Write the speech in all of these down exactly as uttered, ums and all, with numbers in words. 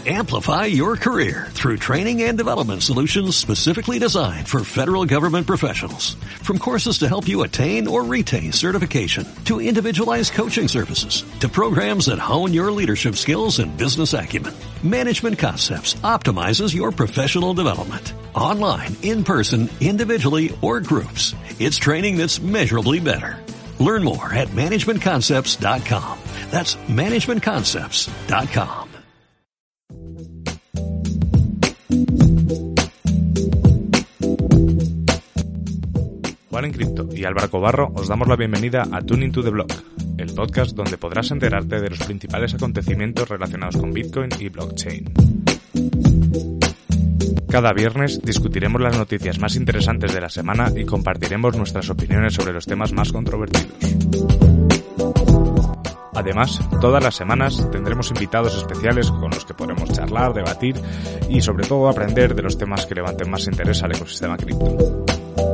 Amplify your career through training and development solutions specifically designed for federal government professionals. From courses to help you attain or retain certification, to individualized coaching services, to programs that hone your leadership skills and business acumen, Management Concepts optimizes your professional development. Online, in person, individually, or groups, it's training that's measurably better. Learn more at management concepts dot com. That's management concepts dot com. Juan en Cripto y Álvaro Cobarro os damos la bienvenida a Tuning to the Block, el podcast donde podrás enterarte de los principales acontecimientos relacionados con Bitcoin y blockchain. Cada viernes discutiremos las noticias más interesantes de la semana y compartiremos nuestras opiniones sobre los temas más controvertidos. Además, todas las semanas tendremos invitados especiales con los que podremos charlar, debatir y sobre todo aprender de los temas que levanten más interés al ecosistema cripto.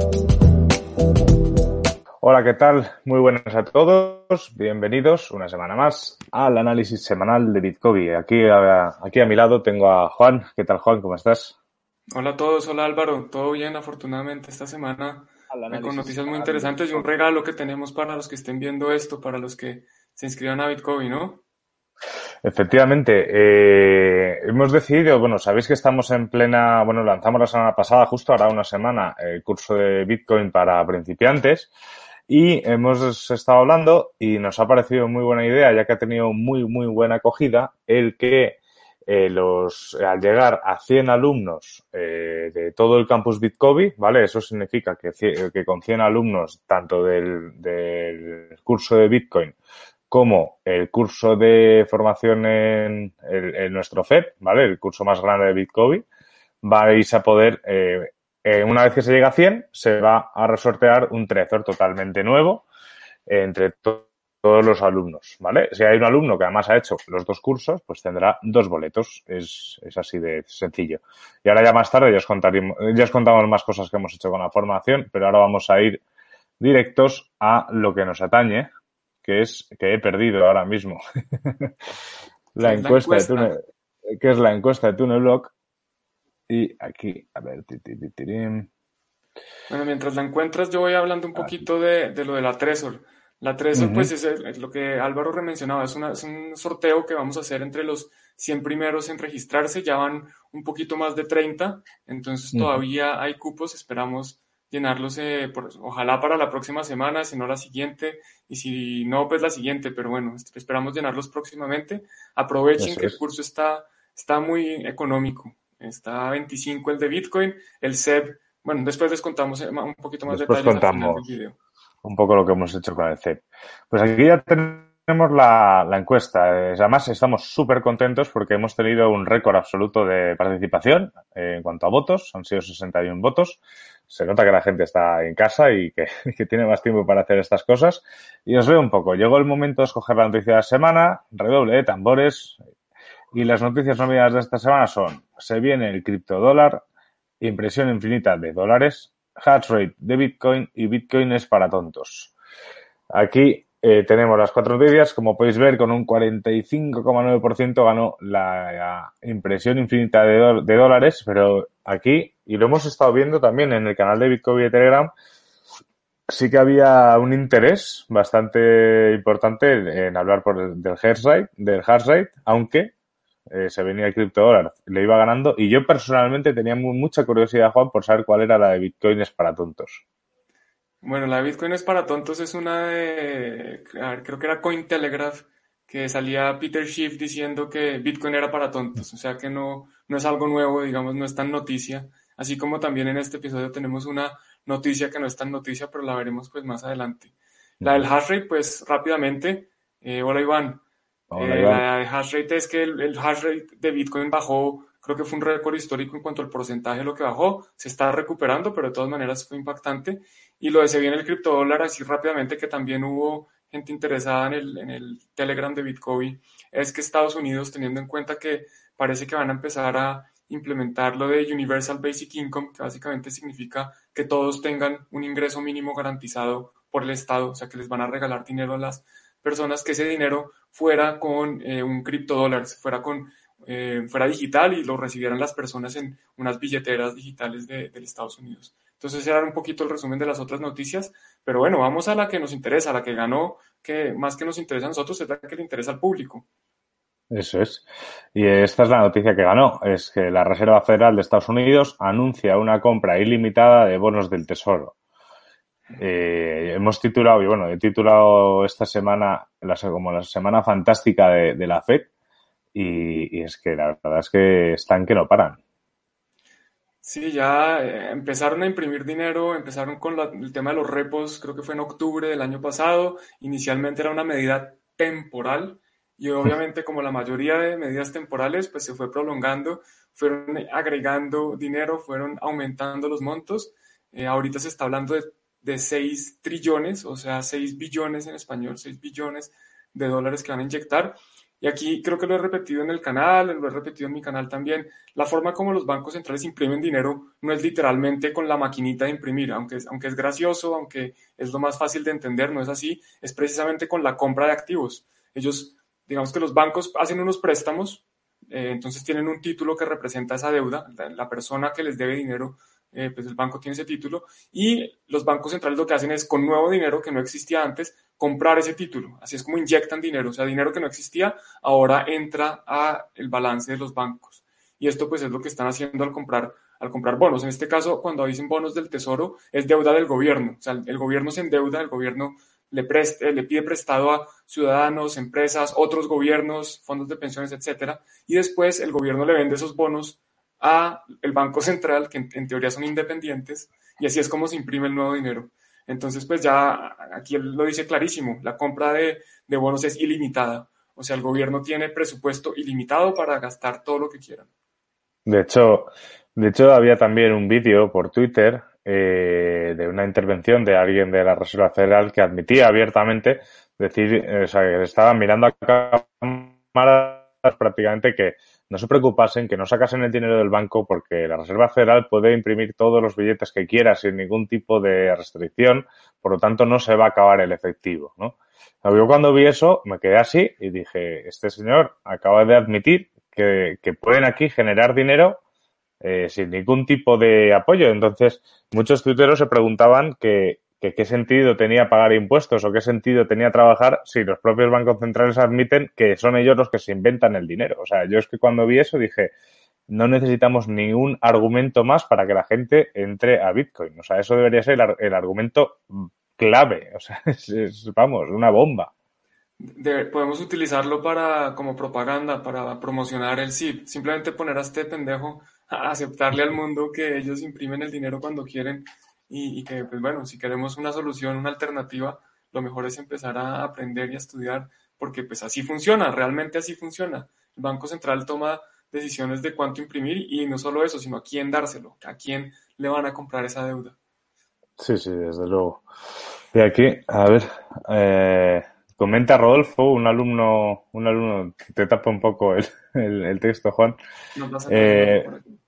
Hola, ¿qué tal? Muy buenas a todos. Bienvenidos una semana más al análisis semanal de Bitcoin. Aquí a, aquí a mi lado tengo a Juan. ¿Qué tal, Juan? ¿Cómo estás? Hola a todos, hola Álvaro. Todo bien, afortunadamente, esta semana con noticias muy interesantes y un regalo que tenemos para los que estén viendo esto, para los que se inscriban a Bitcoin, ¿no? Efectivamente, eh, hemos decidido, bueno, sabéis que estamos en plena, bueno, lanzamos la semana pasada, justo ahora una semana, el curso de Bitcoin para principiantes y hemos estado hablando y nos ha parecido muy buena idea, ya que ha tenido muy, muy buena acogida, el que eh, los al llegar a cien alumnos eh, de todo el campus Bitcoin, ¿vale? Eso significa que, que con cien alumnos, tanto del, del curso de Bitcoin como el curso de formación en, en, en nuestro F E D, ¿vale? El curso más grande de Bitcoin, vais a poder, eh, eh, una vez que se llega a cien, se va a resortear un Trezor totalmente nuevo eh, entre to- todos los alumnos, ¿vale? Si hay un alumno que además ha hecho los dos cursos, pues tendrá dos boletos. Es, es así de sencillo. Y ahora ya más tarde ya os contaremos, ya os contamos más cosas que hemos hecho con la formación, pero ahora vamos a ir directos a lo que nos atañe, que es que he perdido ahora mismo la, encuesta la encuesta de Tune, que es la encuesta de TuneBlock. Y aquí, a ver, titititirim. Bueno, mientras la encuentras, yo voy hablando un poquito de, de lo de la Trezor. La Trezor, uh-huh. pues, es, el, es lo que Álvaro remencionaba, es, una, es un sorteo que vamos a hacer entre los cien primeros en registrarse, ya van un poquito más de treinta, entonces uh-huh. todavía hay cupos, esperamos llenarlos, eh, por, ojalá para la próxima semana, si no la siguiente, y si no, pues la siguiente, pero bueno, esperamos llenarlos próximamente. Aprovechen Eso que es. El curso está, está muy económico, está a veinticinco el de Bitcoin, el S E B, bueno, después les contamos un poquito más después detalles contamos al final del video. Un poco lo que hemos hecho con el S E B. Pues aquí ya tenemos la, la encuesta. Además, estamos súper contentos porque hemos tenido un récord absoluto de participación eh, en cuanto a votos. Han sido sesenta y uno votos. Se nota que la gente está en casa y que, que tiene más tiempo para hacer estas cosas. Y os veo un poco. Llegó el momento de escoger la noticia de la semana. Redoble de tambores. Y las noticias novedades de esta semana son: se viene el criptodólar, impresión infinita de dólares, hash rate de Bitcoin y Bitcoin es para tontos. Aquí eh, tenemos las cuatro noticias. Como podéis ver, con un cuarenta y cinco coma nueve por ciento ganó la, la impresión infinita de, do- de dólares, pero aquí, y lo hemos estado viendo también en el canal de Bitcoin y de Telegram, sí que había un interés bastante importante en hablar por el, del hash rate, del hash rate, aunque eh, se venía el criptodólar, le iba ganando, y yo personalmente tenía muy, mucha curiosidad, Juan, por saber cuál era la de Bitcoin es para tontos. Bueno, la de Bitcoin es para tontos es una de, a ver, creo que era Cointelegraph, que salía Peter Schiff diciendo que Bitcoin era para tontos, o sea que no, no es algo nuevo, digamos, no es tan noticia, así como también en este episodio tenemos una noticia que no es tan noticia, pero la veremos pues más adelante. La del hash rate, pues rápidamente, eh, hola Iván, Hola, eh, Iván. la de hash rate es que el, el hash rate de Bitcoin bajó, creo que fue un récord histórico en cuanto al porcentaje de lo que bajó, se está recuperando, pero de todas maneras fue impactante. Y lo de se viene el criptodólar, así rápidamente, que también hubo gente interesada en el, en el Telegram de Bitcoin, es que Estados Unidos, teniendo en cuenta que parece que van a empezar a implementar lo de Universal Basic Income, que básicamente significa que todos tengan un ingreso mínimo garantizado por el Estado, o sea que les van a regalar dinero a las personas, que ese dinero fuera con eh, un criptodólar, fuera con eh, fuera digital y lo recibieran las personas en unas billeteras digitales de, de Estados Unidos. Entonces, ese era un poquito el resumen de las otras noticias, pero bueno, vamos a la que nos interesa, a la que ganó, que más que nos interesa a nosotros es la que le interesa al público. Eso es. Y esta es la noticia que ganó, es que la Reserva Federal de Estados Unidos anuncia una compra ilimitada de bonos del Tesoro. Eh, hemos titulado, y bueno, he titulado esta semana la, como la semana fantástica de, de la Fed, y, y es que la verdad es que están que no paran. Sí, ya eh, empezaron a imprimir dinero, empezaron con la- el tema de los repos, creo que fue en octubre del año pasado. Inicialmente era una medida temporal y obviamente como la mayoría de medidas temporales, pues se fue prolongando, fueron agregando dinero, fueron aumentando los montos. Eh, ahorita se está hablando de, de seis trillones, o sea, seis billones en español, seis billones de dólares que van a inyectar. Y aquí creo que lo he repetido en el canal, lo he repetido en mi canal también. La forma como los bancos centrales imprimen dinero no es literalmente con la maquinita de imprimir, aunque es, aunque es gracioso, aunque es lo más fácil de entender, no es así, es precisamente con la compra de activos. Ellos, digamos que los bancos hacen unos préstamos, eh, entonces tienen un título que representa esa deuda, la, la persona que les debe dinero, eh, pues el banco tiene ese título, y los bancos centrales lo que hacen es con nuevo dinero que no existía antes, comprar ese título. Así es como inyectan dinero, o sea, dinero que no existía ahora entra a el balance de los bancos. Y esto pues es lo que están haciendo al comprar, al comprar bonos. En este caso, cuando dicen bonos del tesoro, es deuda del gobierno. O sea, el gobierno se endeuda, el gobierno le, preste, le pide prestado a ciudadanos, empresas, otros gobiernos, fondos de pensiones, etcétera. Y después el gobierno le vende esos bonos a el Banco Central, que en, en teoría son independientes, y así es como se imprime el nuevo dinero. Entonces, pues ya aquí él lo dice clarísimo, la compra de, de bonos es ilimitada. O sea, el gobierno tiene presupuesto ilimitado para gastar todo lo que quieran. De hecho, de hecho había también un vídeo por Twitter eh, de una intervención de alguien de la Reserva Federal que admitía abiertamente decir, eh, o sea, que estaban mirando a cámaras prácticamente que no se preocupasen, que no sacasen el dinero del banco porque la Reserva Federal puede imprimir todos los billetes que quiera sin ningún tipo de restricción, por lo tanto no se va a acabar el efectivo, ¿no? Yo cuando vi eso me quedé así y dije, este señor acaba de admitir que, que pueden aquí generar dinero eh, sin ningún tipo de apoyo. Entonces, muchos tuiteros se preguntaban que, que qué sentido tenía pagar impuestos o qué sentido tenía trabajar si los propios bancos centrales admiten que son ellos los que se inventan el dinero. O sea, yo es que cuando vi eso dije, no necesitamos ningún argumento más para que la gente entre a Bitcoin. O sea, eso debería ser el, el argumento clave. O sea, es, es, vamos, una bomba. De, podemos utilizarlo para como propaganda, para promocionar el S I B. Simplemente poner a este pendejo a aceptarle al mundo que ellos imprimen el dinero cuando quieren y, y que, pues bueno, si queremos una solución, una alternativa, lo mejor es empezar a aprender y a estudiar, porque pues así funciona, realmente así funciona. El Banco Central toma decisiones de cuánto imprimir y no solo eso, sino a quién dárselo, a quién le van a comprar esa deuda. Sí, sí, desde luego. Y aquí, a ver, eh, comenta Rodolfo, un alumno, un alumno que te tapa un poco el, el, el texto, Juan. No pasa Eh, por aquí.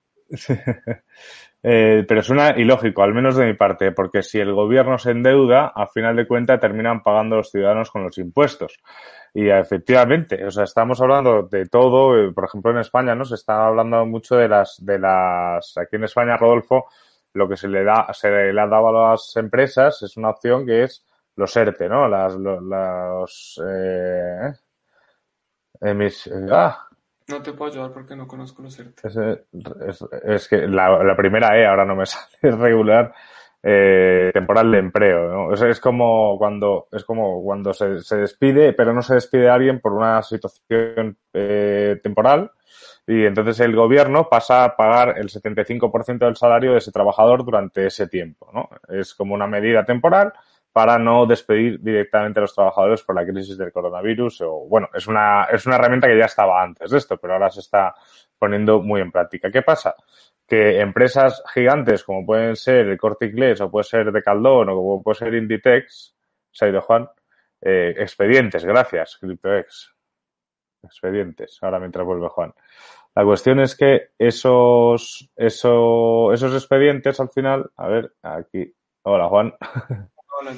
eh, pero suena ilógico, al menos de mi parte, porque si el gobierno se endeuda, a final de cuentas terminan pagando los ciudadanos con los impuestos. Y efectivamente, o sea, estamos hablando de todo, eh, por ejemplo en España, ¿no? Se está hablando mucho de las, de las, aquí en España, Rodolfo, lo que se le da, se le ha dado a las empresas es una opción que es los ERTE, ¿no? Las, los, los eh, emis, eh, ah, No te puedo ayudar porque no conozco los ERTE. es, es, es que la, la primera E ahora no me sale, es regular, eh, temporal de empleo, ¿no? Es, es como cuando, es como cuando se, se despide, pero no se despide a alguien por una situación eh, temporal. Y entonces el gobierno pasa a pagar el setenta y cinco por ciento del salario de ese trabajador durante ese tiempo, ¿no? Es como una medida temporal para no despedir directamente a los trabajadores por la crisis del coronavirus. O bueno, es una, es una herramienta que ya estaba antes de esto, pero ahora se está poniendo muy en práctica. ¿Qué pasa? Que empresas gigantes como pueden ser el Corte Inglés o puede ser Decathlon o como puede ser Inditex, se ha ido Juan, eh, expedientes, gracias, CryptoX. Expedientes, ahora mientras vuelve Juan. La cuestión es que esos, esos, esos expedientes al final, a ver, aquí, hola Juan, Hola,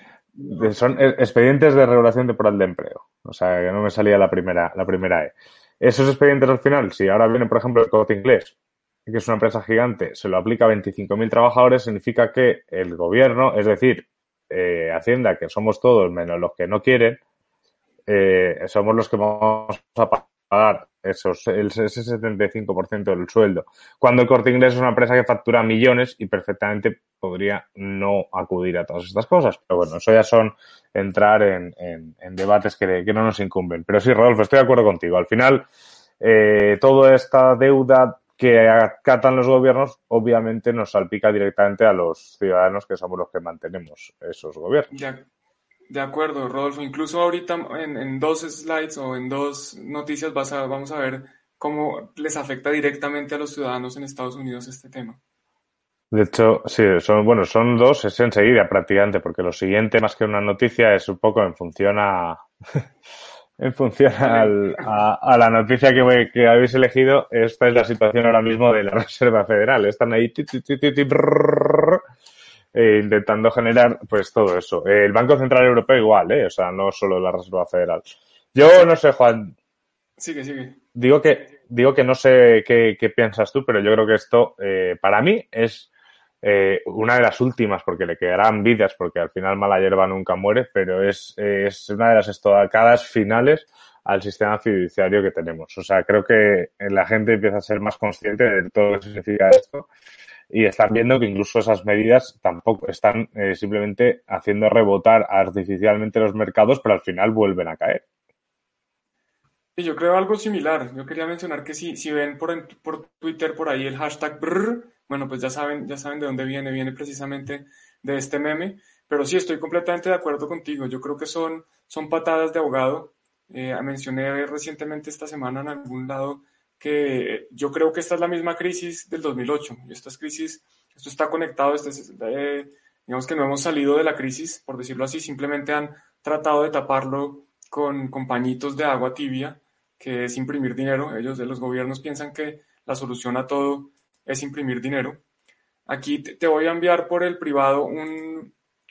ya. son expedientes de regulación temporal de empleo, o sea que no me salía la primera, la primera E. Esos expedientes al final, si ahora viene, por ejemplo, el Corte Inglés, que es una empresa gigante, se lo aplica a veinticinco mil trabajadores, significa que el gobierno, es decir, eh, Hacienda, que somos todos menos los que no quieren, eh, somos los que vamos a pagar esos, el, ese setenta y cinco por ciento del sueldo. Cuando el Corte Inglés es una empresa que factura millones y perfectamente podría no acudir a todas estas cosas. Pero bueno, eso ya son entrar en, en, en debates que, que no nos incumben. Pero sí, Rodolfo, estoy de acuerdo contigo. Al final, eh, toda esta deuda que acatan los gobiernos, obviamente nos salpica directamente a los ciudadanos que somos los que mantenemos esos gobiernos. Ya. De acuerdo, Rodolfo. Incluso ahorita en, en dos slides o en dos noticias vas a, vamos a ver cómo les afecta directamente a los ciudadanos en Estados Unidos este tema. De hecho, sí, son, bueno, son dos, es enseguida prácticamente, porque lo siguiente, más que una noticia, es un poco en función a, en función al, a, a la noticia que, que habéis elegido. Esta es la situación ahora mismo de la Reserva Federal. Están ahí ti, ti, ti, ti, ti, brrr, eh, intentando generar, pues, todo eso. Eh, el Banco Central Europeo igual, ¿eh? O sea, no solo la Reserva Federal. Yo no sé, Juan. Sigue, sigue. Digo que, digo que no sé qué, qué piensas tú, pero yo creo que esto, eh, para mí, es eh, una de las últimas, porque le quedarán vidas, porque al final mala hierba nunca muere, pero es, eh, es una de las estocadas finales al sistema fiduciario que tenemos. O sea, creo que la gente empieza a ser más consciente de todo lo que significa esto y están viendo que incluso esas medidas tampoco están eh, simplemente haciendo rebotar artificialmente los mercados, pero al final vuelven a caer. Y yo creo algo similar. Yo quería mencionar que si, si ven por, por Twitter por ahí el hashtag brr, bueno, pues ya saben, ya saben de dónde viene, viene precisamente de este meme. Pero sí, estoy completamente de acuerdo contigo. Yo creo que son, son patadas de ahogado. Eh, mencioné recientemente esta semana en algún lado que yo creo que esta es la misma crisis del dos mil ocho. Y esta es crisis, esto está conectado, este es, eh, digamos que no hemos salido de la crisis, por decirlo así, simplemente han tratado de taparlo con, con pañitos de agua tibia, que es imprimir dinero. Ellos de los gobiernos piensan que la solución a todo es imprimir dinero. Aquí te, te voy a enviar por el privado un,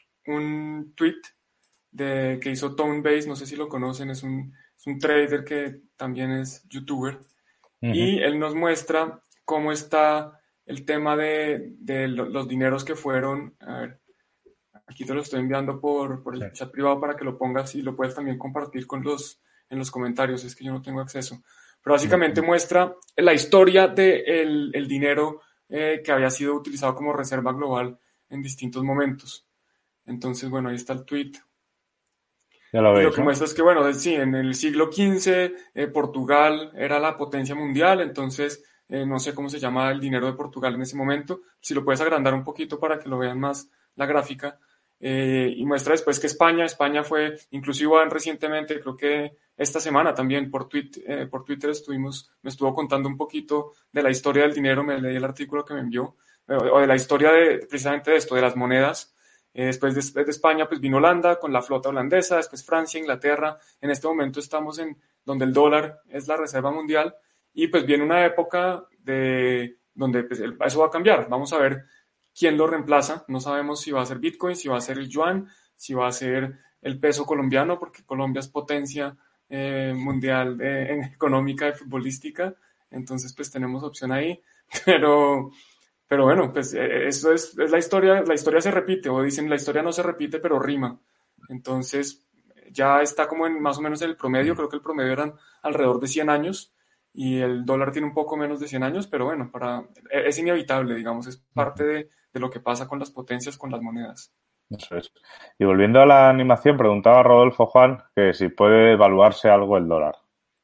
un tweet de, que hizo Tonebase, no sé si lo conocen, es un, es un trader que también es youtuber, uh-huh. Y él nos muestra cómo está el tema de, de los dineros que fueron, a ver, aquí te lo estoy enviando por, por el sí. chat privado para que lo pongas y lo puedes también compartir con los, en los comentarios, es que yo no tengo acceso, pero básicamente uh-huh. muestra la historia del de el dinero eh, que había sido utilizado como reserva global en distintos momentos. Entonces, bueno, ahí está el tweet. Ya lo veis, y lo que ¿no? muestra es que, bueno, sí, en el siglo quince eh, Portugal era la potencia mundial, entonces eh, no sé cómo se llama el dinero de Portugal en ese momento. Si lo puedes agrandar un poquito para que lo vean más la gráfica. Eh, y muestra después que España, España fue, incluso Iván recientemente, creo que esta semana también por, tweet, eh, por Twitter estuvimos, me estuvo contando un poquito de la historia del dinero, me leí el artículo que me envió, eh, o de la historia de precisamente de esto, de las monedas. Eh, después, de, después de España pues vino Holanda con la flota holandesa, después Francia, Inglaterra. En este momento estamos en donde el dólar es la reserva mundial y pues viene una época de donde pues, el, eso va a cambiar. Vamos a ver quién lo reemplaza. No sabemos si va a ser Bitcoin, si va a ser el yuan, si va a ser el peso colombiano, porque Colombia es potencia eh, mundial de, económica y futbolística. Entonces pues tenemos opción ahí, pero... Pero bueno, pues eso es, es la historia, la historia se repite, o dicen la historia no se repite, pero rima. Entonces ya está como en más o menos en el promedio, creo que el promedio eran alrededor de cien años y el dólar tiene un poco menos de cien años, pero bueno, para, es inevitable, digamos, es parte de, de lo que pasa con las potencias, con las monedas. Eso es. Y volviendo a la animación, preguntaba Rodolfo Juan que si puede evaluarse algo el dólar.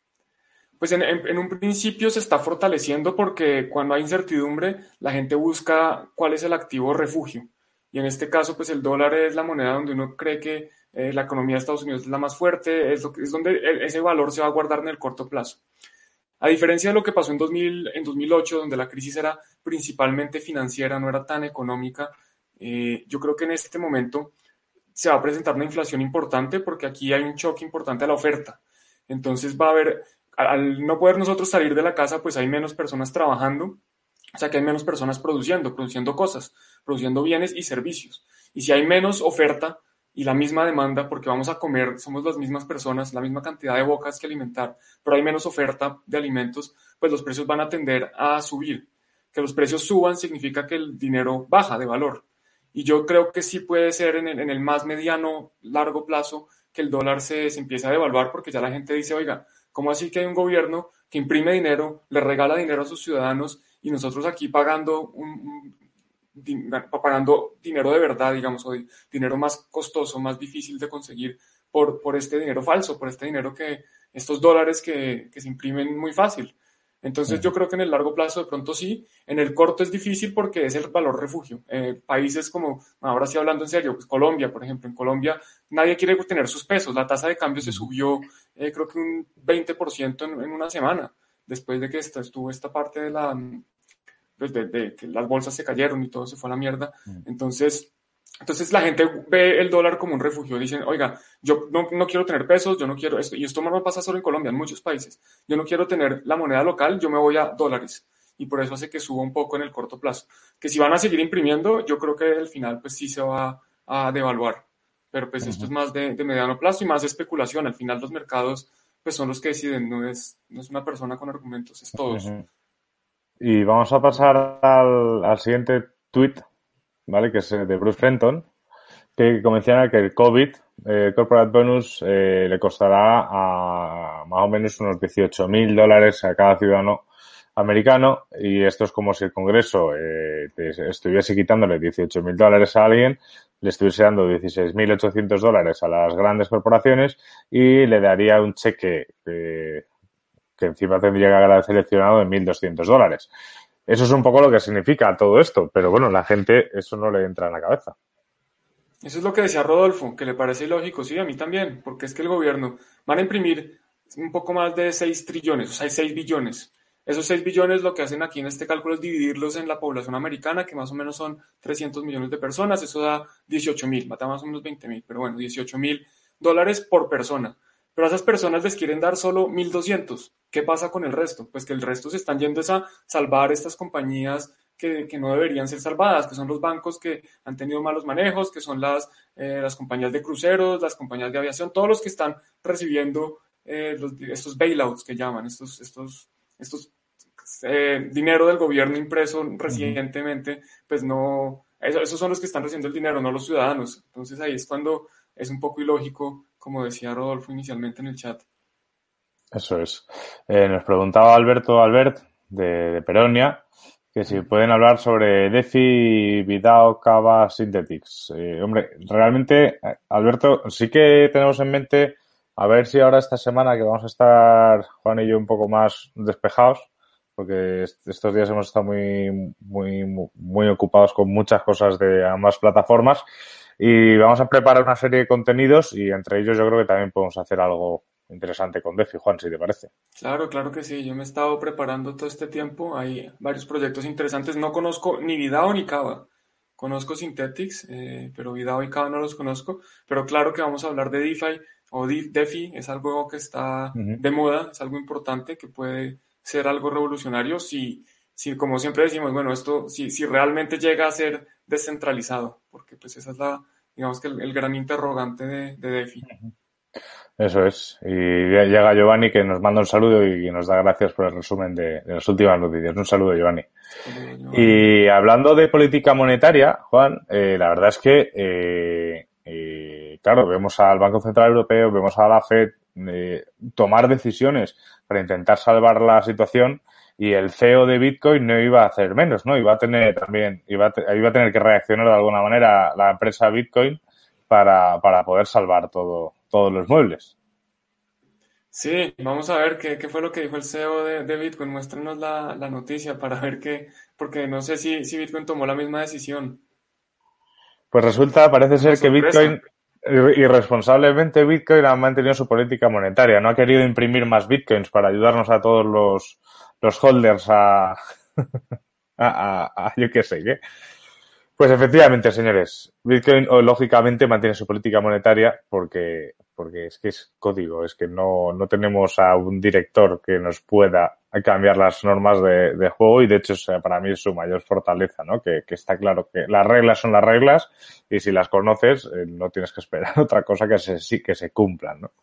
Pues en, en, en un principio se está fortaleciendo porque cuando hay incertidumbre la gente busca cuál es el activo refugio y en este caso pues el dólar es la moneda donde uno cree que eh, la economía de Estados Unidos es la más fuerte, es, lo que, es donde ese valor se va a guardar en el corto plazo. A diferencia de lo que pasó en, dos mil, en dos mil ocho, donde la crisis era principalmente financiera, no era tan económica, eh, yo creo que en este momento se va a presentar una inflación importante porque aquí hay un choque importante a la oferta. Entonces va a haber... Al no poder nosotros salir de la casa, pues hay menos personas trabajando, o sea que hay menos personas produciendo, produciendo cosas, produciendo bienes y servicios. Y si hay menos oferta y la misma demanda, porque vamos a comer, somos las mismas personas, la misma cantidad de bocas que alimentar, pero hay menos oferta de alimentos, pues los precios van a tender a subir. Que los precios suban significa que el dinero baja de valor. Y yo creo que sí puede ser en el, en el más mediano, largo plazo, que el dólar se, se empiece a devaluar, porque ya la gente dice, oiga, ¿cómo así que hay un gobierno que imprime dinero, le regala dinero a sus ciudadanos y nosotros aquí pagando un, un din- pagando dinero de verdad, digamos, o di- dinero más costoso, más difícil de conseguir por, por este dinero falso, por este dinero que, estos dólares que, que se imprimen muy fácil? Entonces yo Ujú. creo que en el largo plazo de pronto sí, en el corto es difícil porque es el valor refugio. Eh, países como, ahora sí hablando en serio, pues Colombia, por ejemplo, en Colombia nadie quiere tener sus pesos, la tasa de cambio se Ujú. subió eh, creo que un veinte por ciento en, en una semana, después de que esta, estuvo esta parte de la, pues de, de que las bolsas se cayeron y todo se fue a la mierda. Entonces, entonces la gente ve el dólar como un refugio. Dicen, oiga, yo no, no quiero tener pesos, yo no quiero esto. Y esto no me pasa solo en Colombia, en muchos países. Yo no quiero tener la moneda local, yo me voy a dólares. Y por eso hace que suba un poco en el corto plazo. Que si van a seguir imprimiendo, yo creo que al final pues sí se va a devaluar. Pero pues esto es Ujú. más de, de mediano plazo y más de especulación. Al final los mercados pues son los que deciden, no es, no es una persona con argumentos, es todos. Ujú. Y vamos a pasar al, al siguiente tweet, ¿vale? Que es eh, de Bruce Fenton, que menciona que el COVID, eh, Corporate Bonus, eh, le costará a más o menos unos dieciocho mil dólares a cada ciudadano americano, y esto es como si el Congreso eh, estuviese quitándole dieciocho mil dólares a alguien, le estuviese dando dieciséis mil ochocientos dólares a las grandes corporaciones y le daría un cheque eh, que encima tendría que haber seleccionado de mil doscientos dólares. Eso es un poco lo que significa todo esto, pero bueno, la gente eso no le entra en la cabeza. Eso es lo que decía Rodolfo, que le parece ilógico, sí, a mí también, porque es que el gobierno van a imprimir un poco más de seis trillones, o sea, seis billones. Esos seis billones lo que hacen aquí en este cálculo es dividirlos en la población americana, que más o menos son trescientos millones de personas, eso da dieciocho mil, mata más o menos veinte mil, pero bueno, dieciocho mil dólares por persona. Pero a esas personas les quieren dar solo mil doscientos. ¿Qué pasa con el resto? Pues que el resto se están yendo a salvar estas compañías que, que, no deberían ser salvadas, que son los bancos que han tenido malos manejos, que son las, eh, las compañías de cruceros, las compañías de aviación, todos los que están recibiendo eh, los, estos bailouts que llaman, estos, estos, estos eh, dinero del gobierno impreso Uh-huh. recientemente, pues no, eso, esos son los que están recibiendo el dinero, no los ciudadanos. Entonces ahí es cuando es un poco ilógico, como decía Rodolfo inicialmente en el chat. Eso es. Eh, nos preguntaba Alberto Albert de, de Peronia que si pueden hablar sobre DeFi, Vidao, Kava, Synthetix. Eh, hombre, realmente, Alberto, sí que tenemos en mente a ver si ahora esta semana que vamos a estar Juan y yo un poco más despejados, porque estos días hemos estado muy, muy, muy ocupados con muchas cosas de ambas plataformas, y vamos a preparar una serie de contenidos y entre ellos yo creo que también podemos hacer algo interesante con DeFi, Juan, si te parece. Claro, claro que sí. Yo me he estado preparando todo este tiempo. Hay varios proyectos interesantes. No conozco ni Vidao ni Kava. Conozco Synthetix, eh, pero Vidao y Kava no los conozco. Pero claro que vamos a hablar de DeFi o DeFi. Es algo que está Uh-huh. de moda, es algo importante que puede ser algo revolucionario si, si como siempre decimos, bueno, esto si, si realmente llega a ser descentralizado, porque pues esa es la, digamos que el, el gran interrogante de, de DeFi. Eso es. Y llega Giovanni, que nos manda un saludo y nos da gracias por el resumen de, de las últimas noticias. Un saludo, Giovanni. Saludos, Giovanni. Y hablando de política monetaria, Juan, eh, la verdad es que, eh, eh, claro, vemos al Banco Central Europeo, vemos a la Fed eh, tomar decisiones para intentar salvar la situación, y el C E O de Bitcoin no iba a hacer menos, ¿no? Iba a tener también, iba a, te, iba a tener que reaccionar de alguna manera la empresa Bitcoin para, para poder salvar todo, todos los muebles. Sí, vamos a ver qué, qué fue lo que dijo el C E O de, de Bitcoin. Muéstranos la, la noticia para ver qué, porque no sé si, si Bitcoin tomó la misma decisión. Pues resulta, parece Es una ser que sorpresa. Bitcoin, irresponsablemente Bitcoin ha mantenido su política monetaria. No ha querido imprimir más Bitcoins para ayudarnos a todos los, los holders a, a, a, a yo qué sé qué. Pues efectivamente, señores, Bitcoin lógicamente mantiene su política monetaria porque, porque es que es código, es que no, no tenemos a un director que nos pueda cambiar las normas de, de juego y de hecho, o sea, para mí es su mayor fortaleza, ¿no? Que, que está claro que las reglas son las reglas y si las conoces eh, no tienes que esperar otra cosa que se, sí, que se cumplan, ¿no?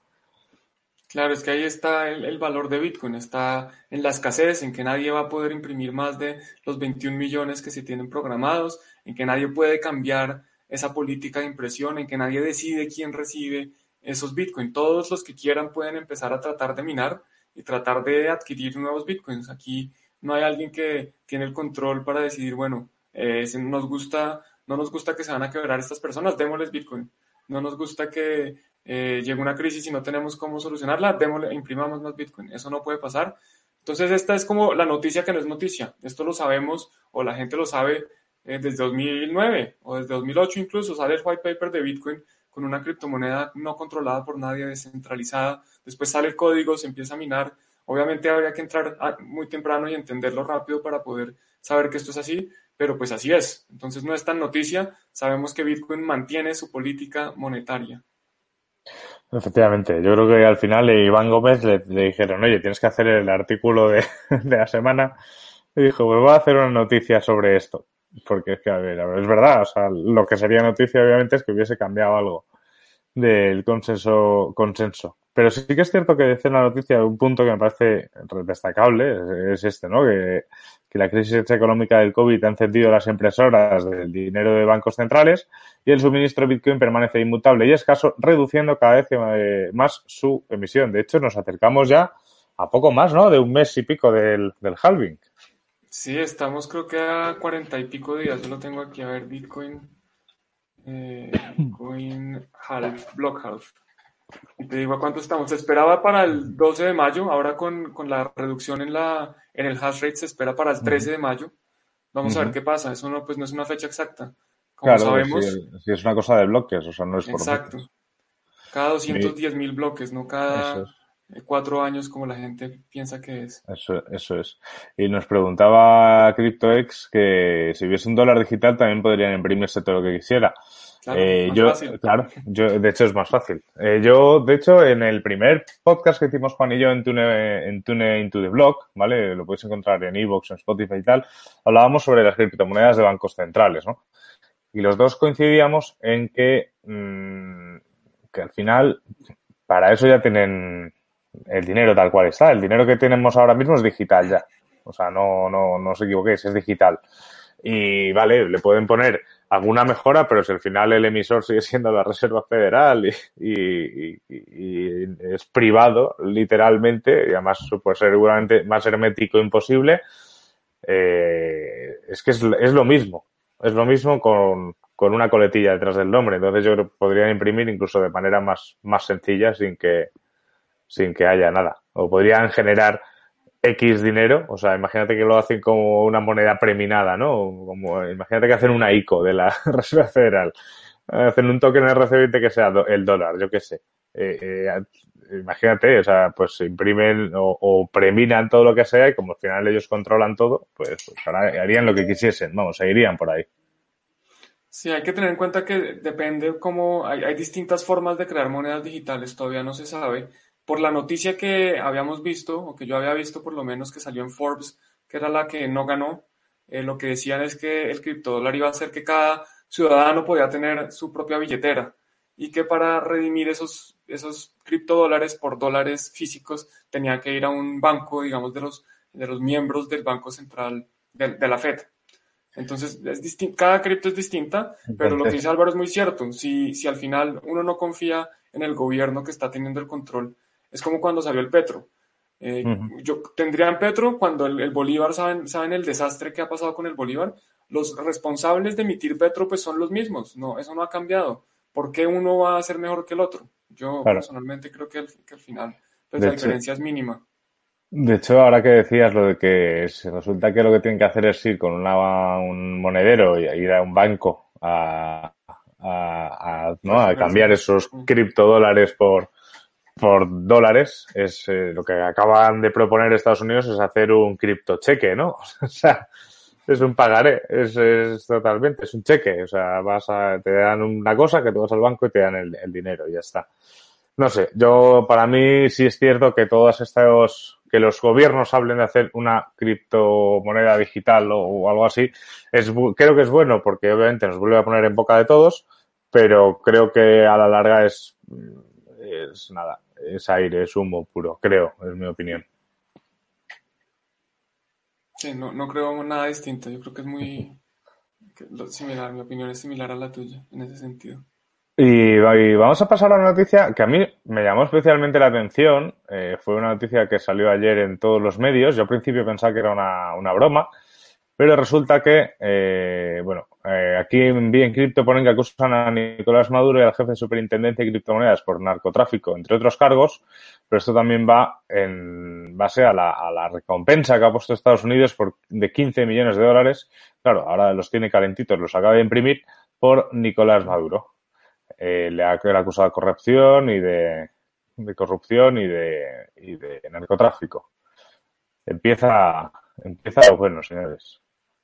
Claro, es que ahí está el, el valor de Bitcoin, está en la escasez, en que nadie va a poder imprimir más de los veintiún millones que se tienen programados, en que nadie puede cambiar esa política de impresión, en que nadie decide quién recibe esos Bitcoin. Todos los que quieran pueden empezar a tratar de minar y tratar de adquirir nuevos Bitcoins. Aquí no hay alguien que tiene el control para decidir, bueno, eh, si nos gusta, no nos gusta que se van a quebrar estas personas, démosles Bitcoin. No nos gusta que eh, llegue una crisis y no tenemos cómo solucionarla, démosle, imprimamos más Bitcoin. Eso no puede pasar. Entonces esta es como la noticia que no es noticia. Esto lo sabemos o la gente lo sabe eh, desde dos mil nueve o desde dos mil ocho incluso. Sale el white paper de Bitcoin con una criptomoneda no controlada por nadie, descentralizada. Después sale el código, se empieza a minar. Obviamente habría que entrar a, muy temprano y entenderlo rápido para poder saber que esto es así, pero pues así es. Entonces no es tan noticia. Sabemos que Bitcoin mantiene su política monetaria. Efectivamente, yo creo que al final Iván Gómez le, le dijeron, oye, tienes que hacer el artículo de, de la semana. Y dijo, pues voy a hacer una noticia sobre esto. Porque es que, a ver, a ver, es verdad, o sea, lo que sería noticia obviamente es que hubiese cambiado algo del consenso, consenso. Pero sí que es cierto que dice en la noticia un punto que me parece destacable, es, es este, ¿no? Que, que la crisis económica del COVID ha encendido las impresoras del dinero de bancos centrales y el suministro de Bitcoin permanece inmutable y escaso, reduciendo cada vez más su emisión. De hecho, nos acercamos ya a poco más, ¿no? De un mes y pico del, del halving. Sí, estamos creo que a cuarenta y pico días. Yo lo tengo aquí, a ver, Bitcoin, eh, Bitcoin half, block half. Y te digo a cuánto estamos. Se esperaba para el doce de mayo, ahora con, con la reducción en la en el hash rate se espera para el trece de mayo. Vamos uh-huh. a ver qué pasa. Eso no, pues no es una fecha exacta. Como claro, sabemos. Si, si es una cosa de bloques, o sea, no es por exacto. bloques. Cada doscientos diez mil bloques, no cada Eso es. cuatro años como la gente piensa que es. Eso, eso es. Y nos preguntaba CryptoX que si hubiese un dólar digital también podrían imprimirse todo lo que quisiera. Claro, eh, más yo, fácil. Claro, yo, de hecho es más fácil. Eh, yo, de hecho, en el primer podcast que hicimos Juan y yo en Tune, en Tune Into the Block, ¿vale? Lo podéis encontrar en iVoox, en Spotify y tal, hablábamos sobre las criptomonedas de bancos centrales, ¿no? Y los dos coincidíamos en que, mmm, que al final, para eso ya tienen el dinero tal cual está. El dinero que tenemos ahora mismo es digital ya. O sea, no, no, no os equivoquéis, es digital. Y vale, le pueden poner alguna mejora, pero si al final el emisor sigue siendo la Reserva Federal y, y, y, y es privado, literalmente, y además puede ser seguramente más hermético imposible, eh, es que es, es lo mismo. Es lo mismo con, con una coletilla detrás del nombre. Entonces yo creo que podrían imprimir incluso de manera más, más sencilla sin que, sin que haya nada. O podrían generar X dinero, o sea, imagínate que lo hacen como una moneda preminada, ¿no? Como, imagínate que hacen una I C O de la Reserva Federal, hacen un token R C veinte que sea do, el dólar, yo qué sé. Eh, eh, imagínate, o sea, pues imprimen o, o preminan todo lo que sea y como al final ellos controlan todo, pues, pues ahora harían lo que quisiesen, vamos, seguirían por ahí. Sí, hay que tener en cuenta que depende cómo, hay, hay distintas formas de crear monedas digitales, todavía no se sabe. Por la noticia que habíamos visto, o que yo había visto por lo menos que salió en Forbes, que era la que no ganó, eh, lo que decían es que el criptodólar iba a hacer que cada ciudadano podía tener su propia billetera y que para redimir esos, esos criptodólares por dólares físicos tenía que ir a un banco, digamos, de los, de los miembros del Banco Central de, de la Fed. Entonces, es distin- cada cripto es distinta, pero lo que dice Álvaro es muy cierto. Si, si al final uno no confía en el gobierno que está teniendo el control, es como cuando salió el petro. Eh, uh-huh. Yo tendrían petro cuando el, el Bolívar, ¿saben, ¿saben el desastre que ha pasado con el Bolívar? Los responsables de emitir petro pues son los mismos. No, eso no ha cambiado. ¿Por qué uno va a ser mejor que el otro? Yo claro. personalmente creo que al, que al final pues, la diferencia es mínima. De hecho, ahora que decías lo de que se resulta que lo que tienen que hacer es ir con una, un monedero y ir a un banco a, a, a, ¿no? a cambiar esos criptodólares por, por dólares, es eh, lo que acaban de proponer Estados Unidos es hacer un criptocheque, ¿no? O sea, es un pagaré, es, es totalmente, es un cheque. O sea, vas a, te dan una cosa que tú vas al banco y te dan el, el dinero y ya está. No sé, yo, para mí sí es cierto que todos estos, que los gobiernos hablen de hacer una criptomoneda digital o, o algo así, es, creo que es bueno porque obviamente nos vuelve a poner en boca de todos, pero creo que a la larga es, es nada, es aire, es humo puro, creo, es mi opinión. Sí, no, no creo nada distinto. Yo creo que es muy similar. Mi opinión es similar a la tuya en ese sentido. Y, y vamos a pasar a una noticia que a mí me llamó especialmente la atención. Eh, fue una noticia que salió ayer en todos los medios. Yo al principio pensaba que era una, una broma, pero resulta que, eh, bueno, eh, aquí en Bien Cripto ponen que acusan a Nicolás Maduro y al jefe de superintendencia de criptomonedas por narcotráfico, entre otros cargos, pero esto también va en base a la, a la recompensa que ha puesto Estados Unidos por, de quince millones de dólares. Claro, ahora los tiene calentitos, los acaba de imprimir por Nicolás Maduro. Eh, le ha, le ha acusado de corrupción y de, de corrupción y de, y de narcotráfico. Empieza, empieza lo bueno, señores.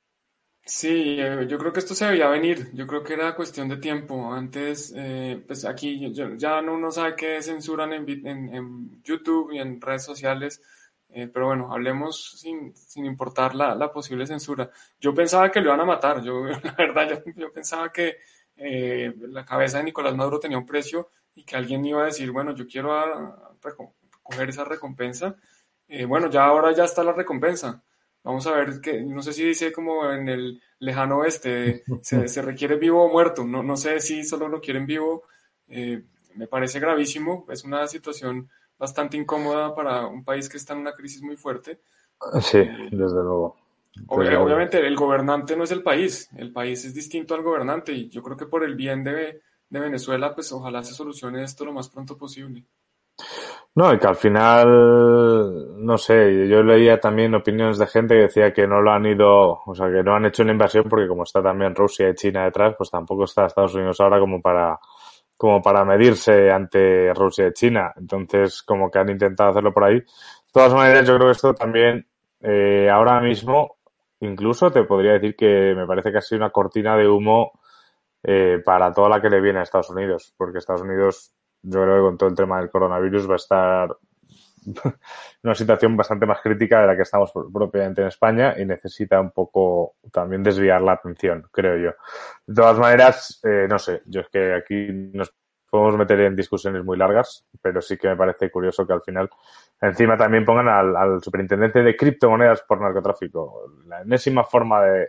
Sí, eh, yo creo que esto se veía venir. Yo creo que era cuestión de tiempo. Antes, eh, pues aquí yo- ya no uno sabe qué censuran en, vi- en, en YouTube y en redes sociales. Eh, pero bueno, hablemos sin, sin importar la, la posible censura. Yo pensaba que lo iban a matar. Yo, la verdad, yo, yo pensaba que eh, la cabeza de Nicolás Maduro tenía un precio y que alguien iba a decir, bueno, yo quiero a- reco- coger esa recompensa. Eh, bueno, ya ahora ya está la recompensa. Vamos a ver que, no sé si dice como en el lejano oeste, se, se requiere vivo o muerto. No, no sé si solo lo quieren vivo. Eh, me parece gravísimo. Es una situación bastante incómoda para un país que está en una crisis muy fuerte. Sí, Eh, desde luego. ob- Desde luego. Obviamente el gobernante no es el país, el país es distinto al gobernante y yo creo que por el bien de, de Venezuela, pues ojalá se solucione esto lo más pronto posible. No, y que al final, no sé, yo leía también opiniones de gente que decía que no lo han ido, o sea, que no han hecho una invasión porque como está también Rusia y China detrás, pues tampoco está Estados Unidos ahora como para, como para medirse ante Rusia y China. Entonces, como que han intentado hacerlo por ahí. De todas maneras, yo creo que esto también, eh, ahora mismo, incluso te podría decir que me parece que ha sido una cortina de humo eh, para toda la que le viene a Estados Unidos, porque Estados Unidos, yo creo que con todo el tema del coronavirus va a estar en una situación bastante más crítica de la que estamos propiamente en España y necesita un poco también desviar la atención, creo yo. De todas maneras, eh, no sé, yo es que aquí nos podemos meter en discusiones muy largas, pero sí que me parece curioso que al final encima también pongan al, al superintendente de criptomonedas por narcotráfico. La enésima forma de,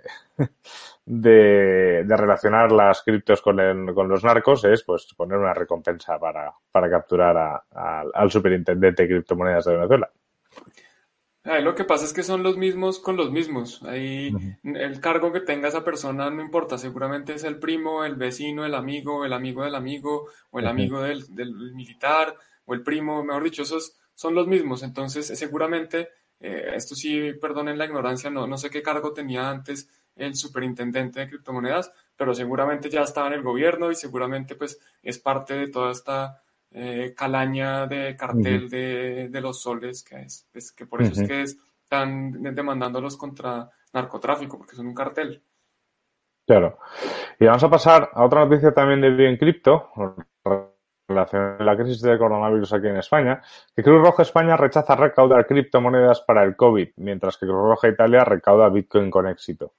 de, de relacionar las criptos con, el, con los narcos es pues poner una recompensa para, para capturar a, a, al superintendente de criptomonedas de Venezuela. Ahí lo que pasa es que son los mismos con los mismos. Ahí Uh-huh. el cargo que tenga esa persona no importa, seguramente es el primo, el vecino, el amigo, el amigo del amigo, o el Uh-huh. amigo del, del militar, o el primo, mejor dicho, esos son los mismos. Entonces, eh, seguramente, eh, esto sí, perdonen la ignorancia, no, no sé qué cargo tenía antes el superintendente de criptomonedas, pero seguramente ya estaba en el gobierno y seguramente pues es parte de toda esta eh, calaña de Uh-huh. cartel de, de los soles, que es, es que por eso es Uh-huh. que están demandándolos contra narcotráfico, porque son un cartel. Claro. Y vamos a pasar a otra noticia también de Bien Cripto, relacionada con la crisis del coronavirus aquí en España, que Cruz Roja España rechaza recaudar criptomonedas para el COVID, mientras que Cruz Roja Italia recauda Bitcoin con éxito.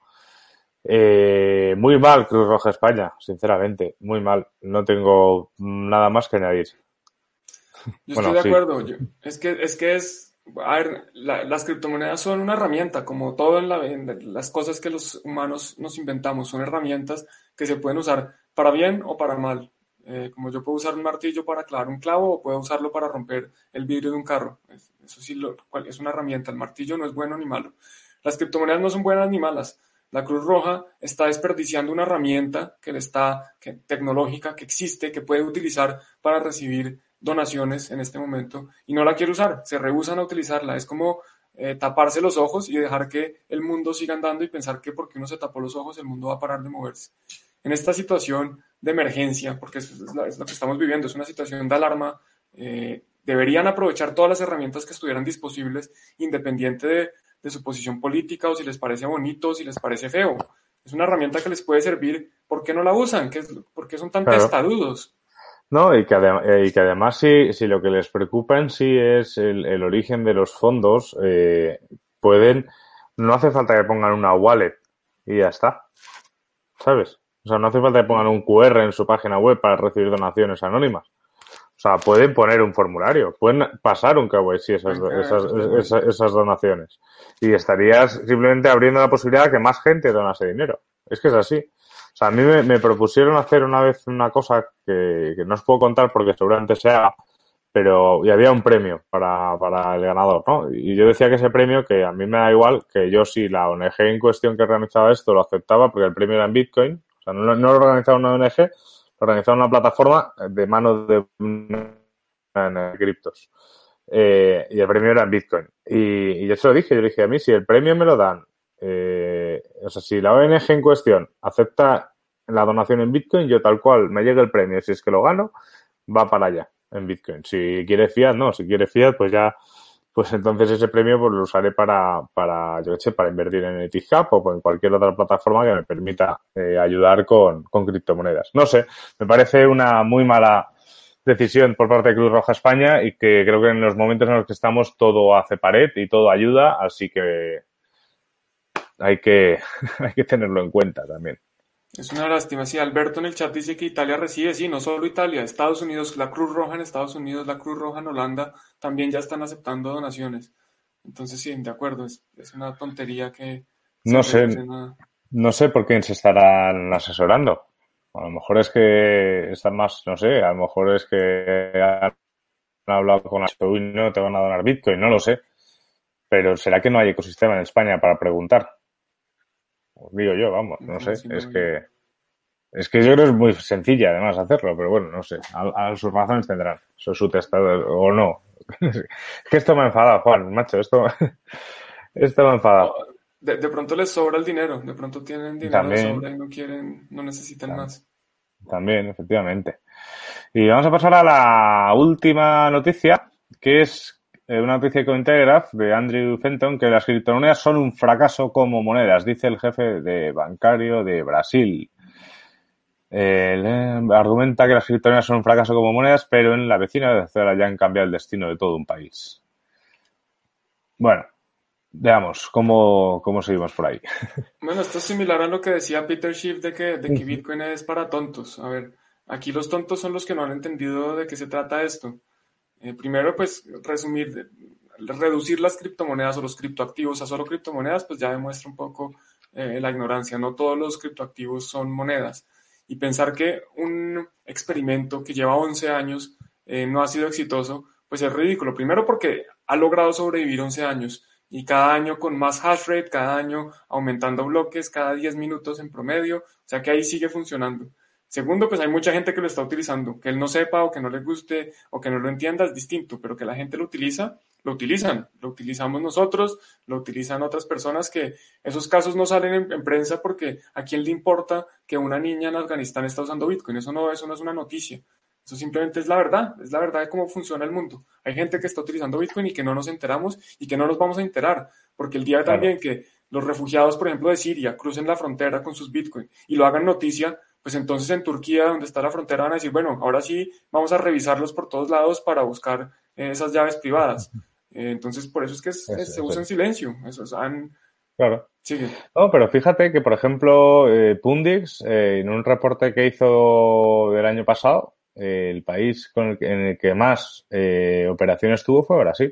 Eh, muy mal Cruz Roja España, sinceramente, muy mal. No tengo nada más que añadir. Yo estoy Bueno, de sí. acuerdo. Yo- es que es que es, a ver, la- las criptomonedas son una herramienta, como todo en, la- en las cosas que los humanos nos inventamos, son herramientas que se pueden usar para bien o para mal. Eh, como yo puedo usar un martillo para clavar un clavo o puedo usarlo para romper el vidrio de un carro. Es- Eso sí, lo, cual- es una herramienta. El martillo no es bueno ni malo. Las criptomonedas no son buenas ni malas. La Cruz Roja está desperdiciando una herramienta que le está, que, tecnológica que existe, que puede utilizar para recibir donaciones en este momento y no la quiere usar, se rehúsan a utilizarla. Es como eh, taparse los ojos y dejar que el mundo siga andando y pensar que porque uno se tapó los ojos el mundo va a parar de moverse. En esta situación de emergencia, porque es, es, la, es lo que estamos viviendo, es una situación de alarma, eh, deberían aprovechar todas las herramientas que estuvieran disponibles, independiente de, de su posición política o si les parece bonito o si les parece feo. Es una herramienta que les puede servir. ¿Por qué no la usan? ¿Qué es, ¿Por qué son tan Claro. testarudos? No, y que, adem- y que además si, si lo que les preocupa en sí es el, el origen de los fondos, eh, pueden, no hace falta que pongan una wallet y ya está, ¿sabes? O sea, no hace falta que pongan un Q R en su página web para recibir donaciones anónimas. O sea, pueden poner un formulario, pueden pasar un K Y C esas, esas, esas, esas donaciones. Y estarías simplemente abriendo la posibilidad de que más gente donase dinero. Es que es así. O sea, a mí me, me propusieron hacer una vez una cosa que, que no os puedo contar porque seguramente se haga, pero y había un premio para, para el ganador, ¿no? Y yo decía que ese premio, que a mí me da igual, que yo si la O N G en cuestión que organizaba esto lo aceptaba porque el premio era en Bitcoin, o sea, no, no lo organizaba una O N G, lo organizaba una plataforma de mano de en criptos. Eh, y el premio era en Bitcoin. Y, y yo se lo dije, yo le dije a mí, si el premio me lo dan, eh, o sea, si la O N G en cuestión acepta la donación en Bitcoin, yo tal cual me llegue el premio, si es que lo gano, va para allá, en Bitcoin. Si quiere fiat, no, si quiere fiat, pues ya, pues entonces ese premio pues lo usaré para, para yo qué sé, para invertir en Ethicap o en cualquier otra plataforma que me permita eh, ayudar con, con criptomonedas. No sé, me parece una muy mala decisión por parte de Cruz Roja España y que creo que en los momentos en los que estamos todo hace pared y todo ayuda, así que hay que, hay que tenerlo en cuenta también. Es una lástima. Sí, Alberto en el chat dice que Italia recibe, sí, no solo Italia, Estados Unidos, la Cruz Roja en Estados Unidos, la Cruz Roja en Holanda, también ya están aceptando donaciones. Entonces, sí, de acuerdo, es, es una tontería que se No sé, rehúsen a... no sé por quién se estarán asesorando. A lo mejor es que están más, no sé, a lo mejor es que han hablado con la y no te van a donar Bitcoin, no lo sé. Pero ¿será que no hay ecosistema en España para preguntar? Os digo yo, vamos, no sé. Sí, Es no, que es que yo creo que es muy sencilla además hacerlo, pero bueno, no sé. A, a sus razones tendrán. Eso es su testador o no. Es que esto me enfada, Juan, macho. Esto, esto me enfada. de, de pronto les sobra el dinero, de pronto tienen dinero de También, sobra y no quieren, no necesitan más. también, efectivamente. Y vamos a pasar a la última noticia, que es eh, una noticia de Cointelegraph de Andrew Fenton, que las criptomonedas son un fracaso como monedas, dice el jefe de bancario de Brasil. Eh, argumenta que las criptomonedas son un fracaso como monedas, pero en la vecina Venezuela ya han cambiado el destino de todo un país. Bueno, veamos cómo, cómo seguimos por ahí. Bueno, esto es similar a lo que decía Peter Schiff de que, de que Bitcoin es para tontos. A ver, aquí los tontos son los que no han entendido de qué se trata esto. Eh, primero, pues, resumir, reducir las criptomonedas o los criptoactivos a solo criptomonedas, pues ya demuestra un poco eh, la ignorancia. No todos los criptoactivos son monedas. Y pensar que un experimento que lleva once años eh, no ha sido exitoso, pues es ridículo. Primero porque ha logrado sobrevivir once años y cada año con más hash rate, cada año aumentando bloques, cada diez minutos en promedio, o sea que ahí sigue funcionando. Segundo, pues hay mucha gente que lo está utilizando, que él no sepa o que no le guste o que no lo entienda es distinto, pero que la gente lo utiliza, lo utilizan, lo utilizamos nosotros, lo utilizan otras personas que esos casos no salen en, en prensa porque a quién le importa que una niña en Afganistán está usando Bitcoin, eso no, eso no es una noticia. Eso simplemente es la verdad, es la verdad de cómo funciona el mundo. Hay gente que está utilizando Bitcoin y que no nos enteramos y que no nos vamos a enterar, porque el día Claro. también que los refugiados, por ejemplo, de Siria, crucen la frontera con sus Bitcoin y lo hagan noticia, pues entonces en Turquía, donde está la frontera, van a decir, bueno, ahora sí vamos a revisarlos por todos lados para buscar eh, esas llaves privadas. Eh, entonces, por eso es que es, es, se usa en silencio. Eso es, han... Claro. Sigue. No, pero fíjate que, por ejemplo, eh, Pundix, eh, en un reporte que hizo del año pasado, eh, el país con el que, en el que más eh, operaciones tuvo fue Brasil.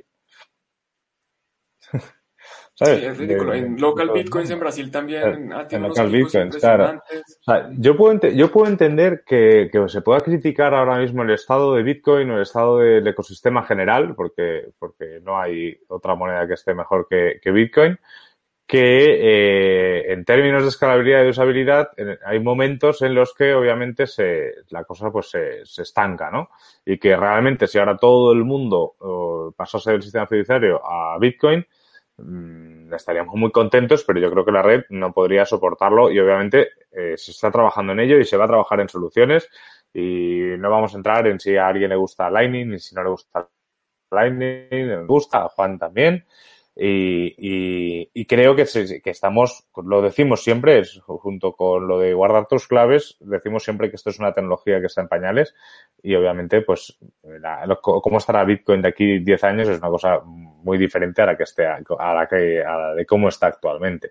¿Sabes? Sí, es ridículo. De, de, en de Local todo el Bitcoins en mundo. Brasil también ah, En tiene unos local picos bitcoins, claro. impresionantes. O sea, yo puedo, ente- yo puedo entender que, que se pueda criticar ahora mismo el estado de Bitcoin o el estado del ecosistema general, porque, porque no hay otra moneda que esté mejor que, que Bitcoin, que eh, en términos de escalabilidad y de usabilidad en, hay momentos en los que obviamente se, la cosa pues se, se estanca, ¿no? Y que realmente si ahora todo el mundo oh, pasase del sistema fiduciario a Bitcoin, mmm, estaríamos muy contentos, pero yo creo que la red no podría soportarlo y obviamente eh, se está trabajando en ello y se va a trabajar en soluciones y no vamos a entrar en si a alguien le gusta Lightning y si no le gusta Lightning, le gusta, a Juan también. Y, y, y creo que, se, que estamos, lo decimos siempre, es, junto con lo de guardar tus claves, decimos siempre que esto es una tecnología que está en pañales y obviamente pues la, lo, cómo estará Bitcoin de aquí diez años es una cosa muy diferente a la que esté, a la que, a la de cómo está actualmente.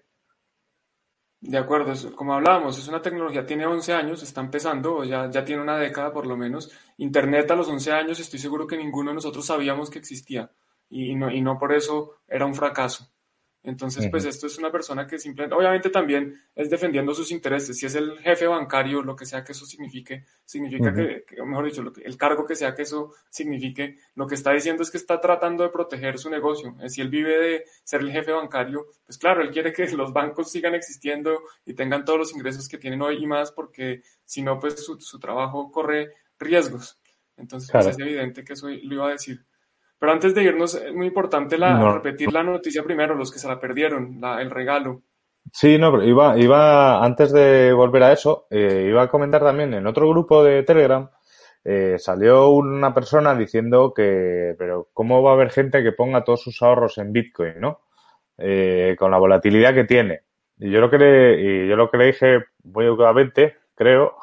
De acuerdo, es- como hablábamos, es una tecnología, tiene once años, está empezando, o ya, ya tiene una década por lo menos. Internet a los once años, estoy seguro que ninguno de nosotros sabíamos que existía y no, y no por eso era un fracaso. Entonces, pues Uh-huh. esto es una persona que simplemente, obviamente también es defendiendo sus intereses. Si es el jefe bancario, lo que sea que eso signifique, significa Uh-huh. que, que, o mejor dicho, lo que, el cargo que sea que eso signifique, lo que está diciendo es que está tratando de proteger su negocio. Eh, Si él vive de ser el jefe bancario, pues claro, él quiere que los bancos sigan existiendo y tengan todos los ingresos que tienen hoy y más, porque si no, pues su, su trabajo corre riesgos. Entonces, pues es Claro. evidente que eso lo iba a decir. Pero antes de irnos, es muy importante la, No. repetir la noticia primero, los que se la perdieron, la, el regalo. Sí, no, pero iba, iba, antes de volver a eso, eh, iba a comentar también en otro grupo de Telegram, eh, salió una persona diciendo que, pero ¿cómo va a haber gente que ponga todos sus ahorros en Bitcoin, ¿no? Eh, con la volatilidad que tiene. Y yo lo que le, y yo lo que le dije muy educadamente, creo,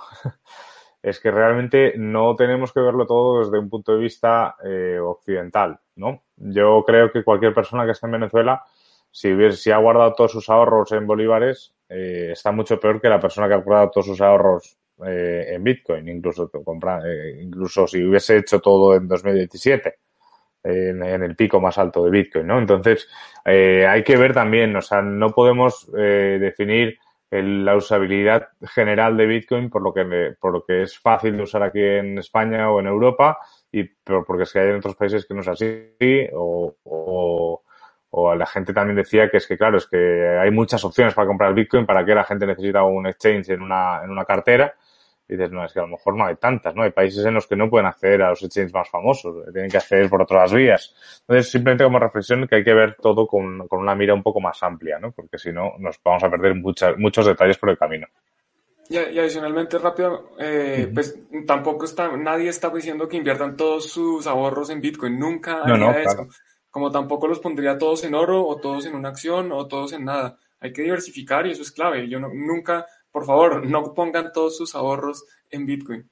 es que realmente no tenemos que verlo todo desde un punto de vista eh, occidental, ¿no? Yo creo que cualquier persona que esté en Venezuela, si, hubiese, si ha guardado todos sus ahorros en bolívares, eh, está mucho peor que la persona que ha guardado todos sus ahorros eh, en Bitcoin, incluso, compra, eh, incluso si hubiese hecho todo en dos mil diecisiete, en, en el pico más alto de Bitcoin, ¿no? Entonces, eh, hay que ver también, o sea, no podemos eh, definir el, la usabilidad general de Bitcoin por lo que le, por lo que es fácil de usar aquí en España o en Europa y por, porque es que hay en otros países que no es así o, o, o la gente también decía que es que claro, es que hay muchas opciones para comprar Bitcoin, para que la gente necesita un exchange en una, en una cartera. Y dices, no, es que a lo mejor no hay tantas, ¿no? Hay países en los que no pueden acceder a los exchanges más famosos, tienen que acceder por otras vías. Entonces, simplemente como reflexión que hay que ver todo con, con una mira un poco más amplia, ¿no? Porque si no, nos vamos a perder muchas, muchos detalles por el camino. Y, y adicionalmente, rápido, eh, Uh-huh. pues tampoco está, nadie está diciendo que inviertan todos sus ahorros en Bitcoin, nunca No, no, haría eso. claro. Como tampoco los pondría todos en oro o todos en una acción o todos en nada. Hay que diversificar y eso es clave. Yo no, nunca, por favor, no pongan todos sus ahorros en Bitcoin.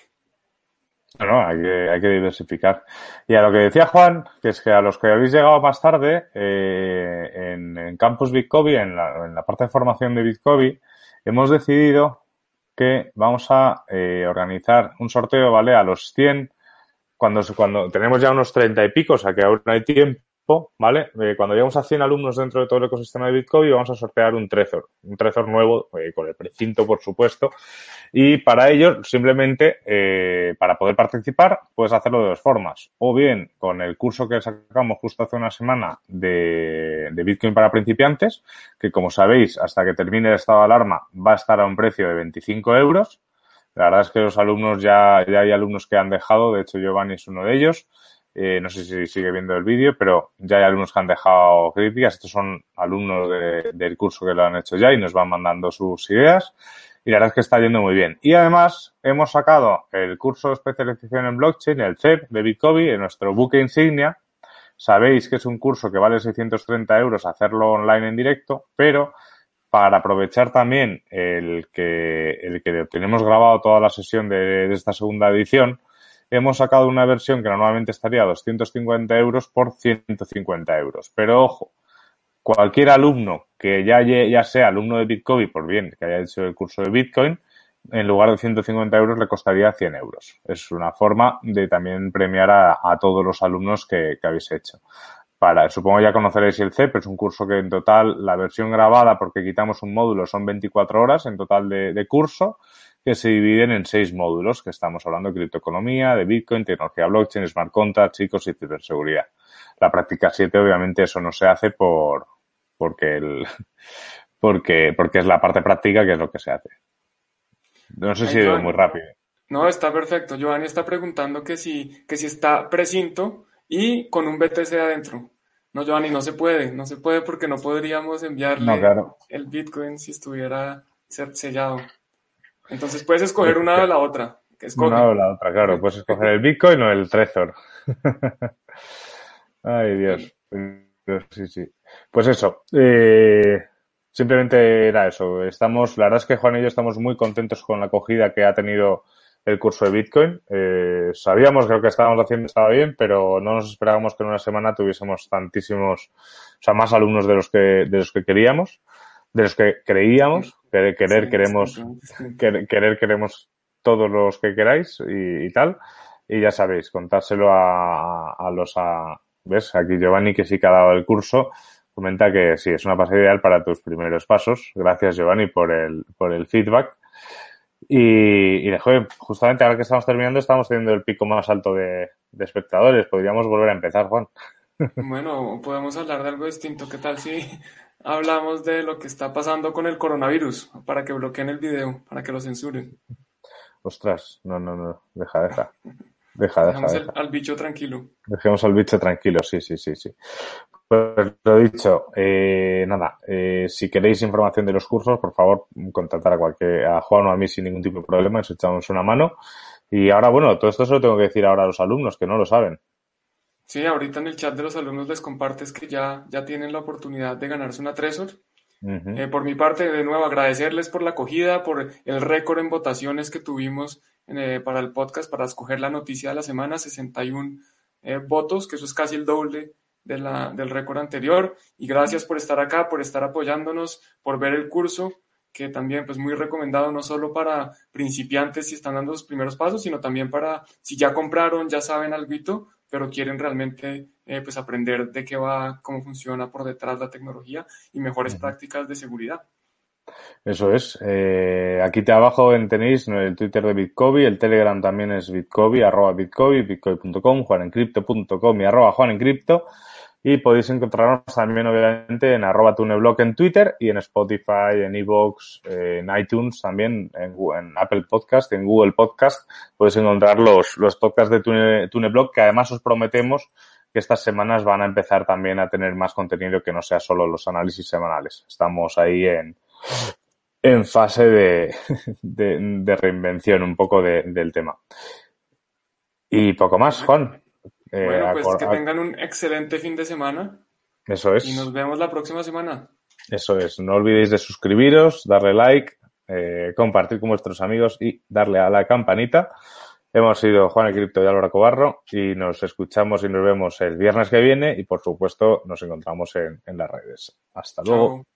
No, no, hay que, hay que diversificar. Y a lo que decía Juan, que es que a los que habéis llegado más tarde, eh, en, en Campus Bitcoin, en la, en la parte de formación de Bitcoin, hemos decidido que vamos a eh, organizar un sorteo, ¿vale? A los cien, cuando, cuando tenemos ya unos treinta y pico, o sea que aún hay tiempo, ¿vale? Eh, cuando lleguemos a cien alumnos dentro de todo el ecosistema de Bitcoin, vamos a sortear un Trezor, un Trezor nuevo, eh, con el precinto, por supuesto. Y para ello, simplemente, eh, para poder participar, puedes hacerlo de dos formas. O bien con el curso que sacamos justo hace una semana de, de Bitcoin para principiantes, que como sabéis, hasta que termine el estado de alarma, va a estar a un precio de veinticinco euros. La verdad es que los alumnos ya, ya hay alumnos que han dejado, de hecho Giovanni es uno de ellos. Eh, no sé si sigue viendo el vídeo, pero ya hay alumnos que han dejado críticas. Estos son alumnos de, del curso que lo han hecho ya y nos van mandando sus ideas. Y la verdad es que está yendo muy bien. Y además hemos sacado el curso de especialización en blockchain, el C E P de Bitcoin, en nuestro buque insignia. Sabéis que es un curso que vale seiscientos treinta euros hacerlo online en directo, pero para aprovechar también el que, el que tenemos grabado toda la sesión de, de esta segunda edición, hemos sacado una versión que normalmente estaría a doscientos cincuenta euros por ciento cincuenta euros. Pero ojo, cualquier alumno que ya, ya sea alumno de Bitcoin, por bien que haya hecho el curso de Bitcoin, en lugar de ciento cincuenta euros le costaría cien euros. Es una forma de también premiar a, a todos los alumnos que, que habéis hecho. Para, supongo ya conoceréis el C E P, es un curso que en total, la versión grabada, porque quitamos un módulo, son veinticuatro horas en total de, de curso, que se dividen en seis módulos, que estamos hablando de criptoeconomía, de Bitcoin, tecnología blockchain, smart contracts, chicos, y ciberseguridad. La práctica siete, obviamente, eso no se hace por porque el porque porque es la parte práctica que es lo que se hace. No sé si Ahí, he ido Giovanni. muy rápido. No, está perfecto. Giovanni está preguntando que si, que si está precinto y con un B T C adentro. No, Giovanni, no se puede. No se puede porque no podríamos No, enviarle claro. el Bitcoin si estuviera sellado. Entonces puedes escoger una o la otra. Que Una escoge. o la otra, claro. Puedes escoger el Bitcoin o el Trezor. Ay, Dios. Pero sí, sí. Pues eso. Eh, simplemente era eso. Estamos, la verdad es que Juan y yo estamos muy contentos con la acogida que ha tenido el curso de Bitcoin. Eh, sabíamos que lo que estábamos haciendo estaba bien, pero no nos esperábamos que en una semana tuviésemos tantísimos, o sea, más alumnos de los que, de los que queríamos, de los que creíamos. Querer, querer Sí, queremos, sí, sí. querer, querer queremos todos los que queráis y, y tal. Y ya sabéis, contárselo a, a los, a, ¿ves? Aquí Giovanni, que sí que ha dado el curso, comenta que sí, es una pasada ideal para tus primeros pasos. Gracias, Giovanni, por el, por el feedback. Y, y joder, justamente ahora que estamos terminando, estamos teniendo el pico más alto de, de espectadores. Podríamos volver a empezar, Juan. Bueno, podemos hablar de algo distinto. ¿Qué tal si hablamos de lo que está pasando con el coronavirus? Para que bloqueen el video, para que lo censuren. Ostras, no, no, no, deja, deja. Deja, deja, Dejamos el- deja. al bicho tranquilo. Dejemos al bicho tranquilo, sí, sí, sí, sí. Pues lo dicho, eh, nada, eh, si queréis información de los cursos, por favor, contactar a cualquier, a Juan o a mí sin ningún tipo de problema, nos echamos una mano. Y ahora, bueno, todo esto se lo tengo que decir ahora a los alumnos, que no lo saben. Sí, ahorita en el chat de los alumnos les compartes que ya, ya tienen la oportunidad de ganarse una Trezor. Ujú. Eh, por mi parte, de nuevo, agradecerles por la acogida, por el récord en votaciones que tuvimos eh, para el podcast, para escoger la noticia de la semana, sesenta y uno eh, votos, que eso es casi el doble de la, del récord anterior. Y gracias por estar acá, por estar apoyándonos, por ver el curso, que también pues muy recomendado no solo para principiantes si están dando los primeros pasos, sino también para si ya compraron, ya saben algo, pero quieren realmente eh, pues aprender de qué va, cómo funciona por detrás la tecnología y mejores Ujú. prácticas de seguridad. Eso es. Eh, aquí te abajo tenéis el Twitter de Bitcovi, el Telegram también es Bitcovi, arroba Bitcovi, bitcovi punto com, juanencrypto punto com y arroba juanencrypto. Y podéis encontrarnos también, obviamente, en arroba tuneblock en Twitter y en Spotify, en iVoox, eh, en iTunes también, en, en Apple Podcast, en Google Podcast. Podéis encontrar los, los podcasts de Tune, Tuneblock, que además os prometemos que estas semanas van a empezar también a tener más contenido que no sea solo los análisis semanales. Estamos ahí en, en fase de, de, de reinvención un poco de, del tema. Y poco más, Juan. Eh, Bueno, pues acor- que tengan un excelente fin de semana Eso es. y nos vemos la próxima semana. Eso es. No olvidéis de suscribiros, darle like, eh, compartir con vuestros amigos y darle a la campanita. Hemos sido Juan el Cripto y Álvaro Cobarro y nos escuchamos y nos vemos el viernes que viene y, por supuesto, nos encontramos en, en las redes. Hasta luego. Chao.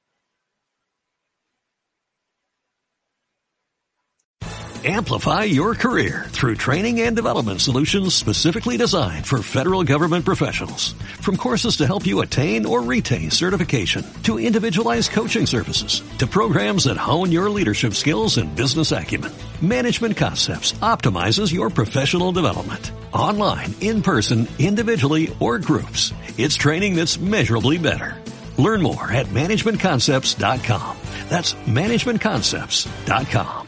Amplify your career through training and development solutions specifically designed for federal government professionals. From courses to help you attain or retain certification, to individualized coaching services, to programs that hone your leadership skills and business acumen, Management Concepts optimizes your professional development. Online, in person, individually, or groups, it's training that's measurably better. Learn more at management concepts dot com. That's management concepts dot com.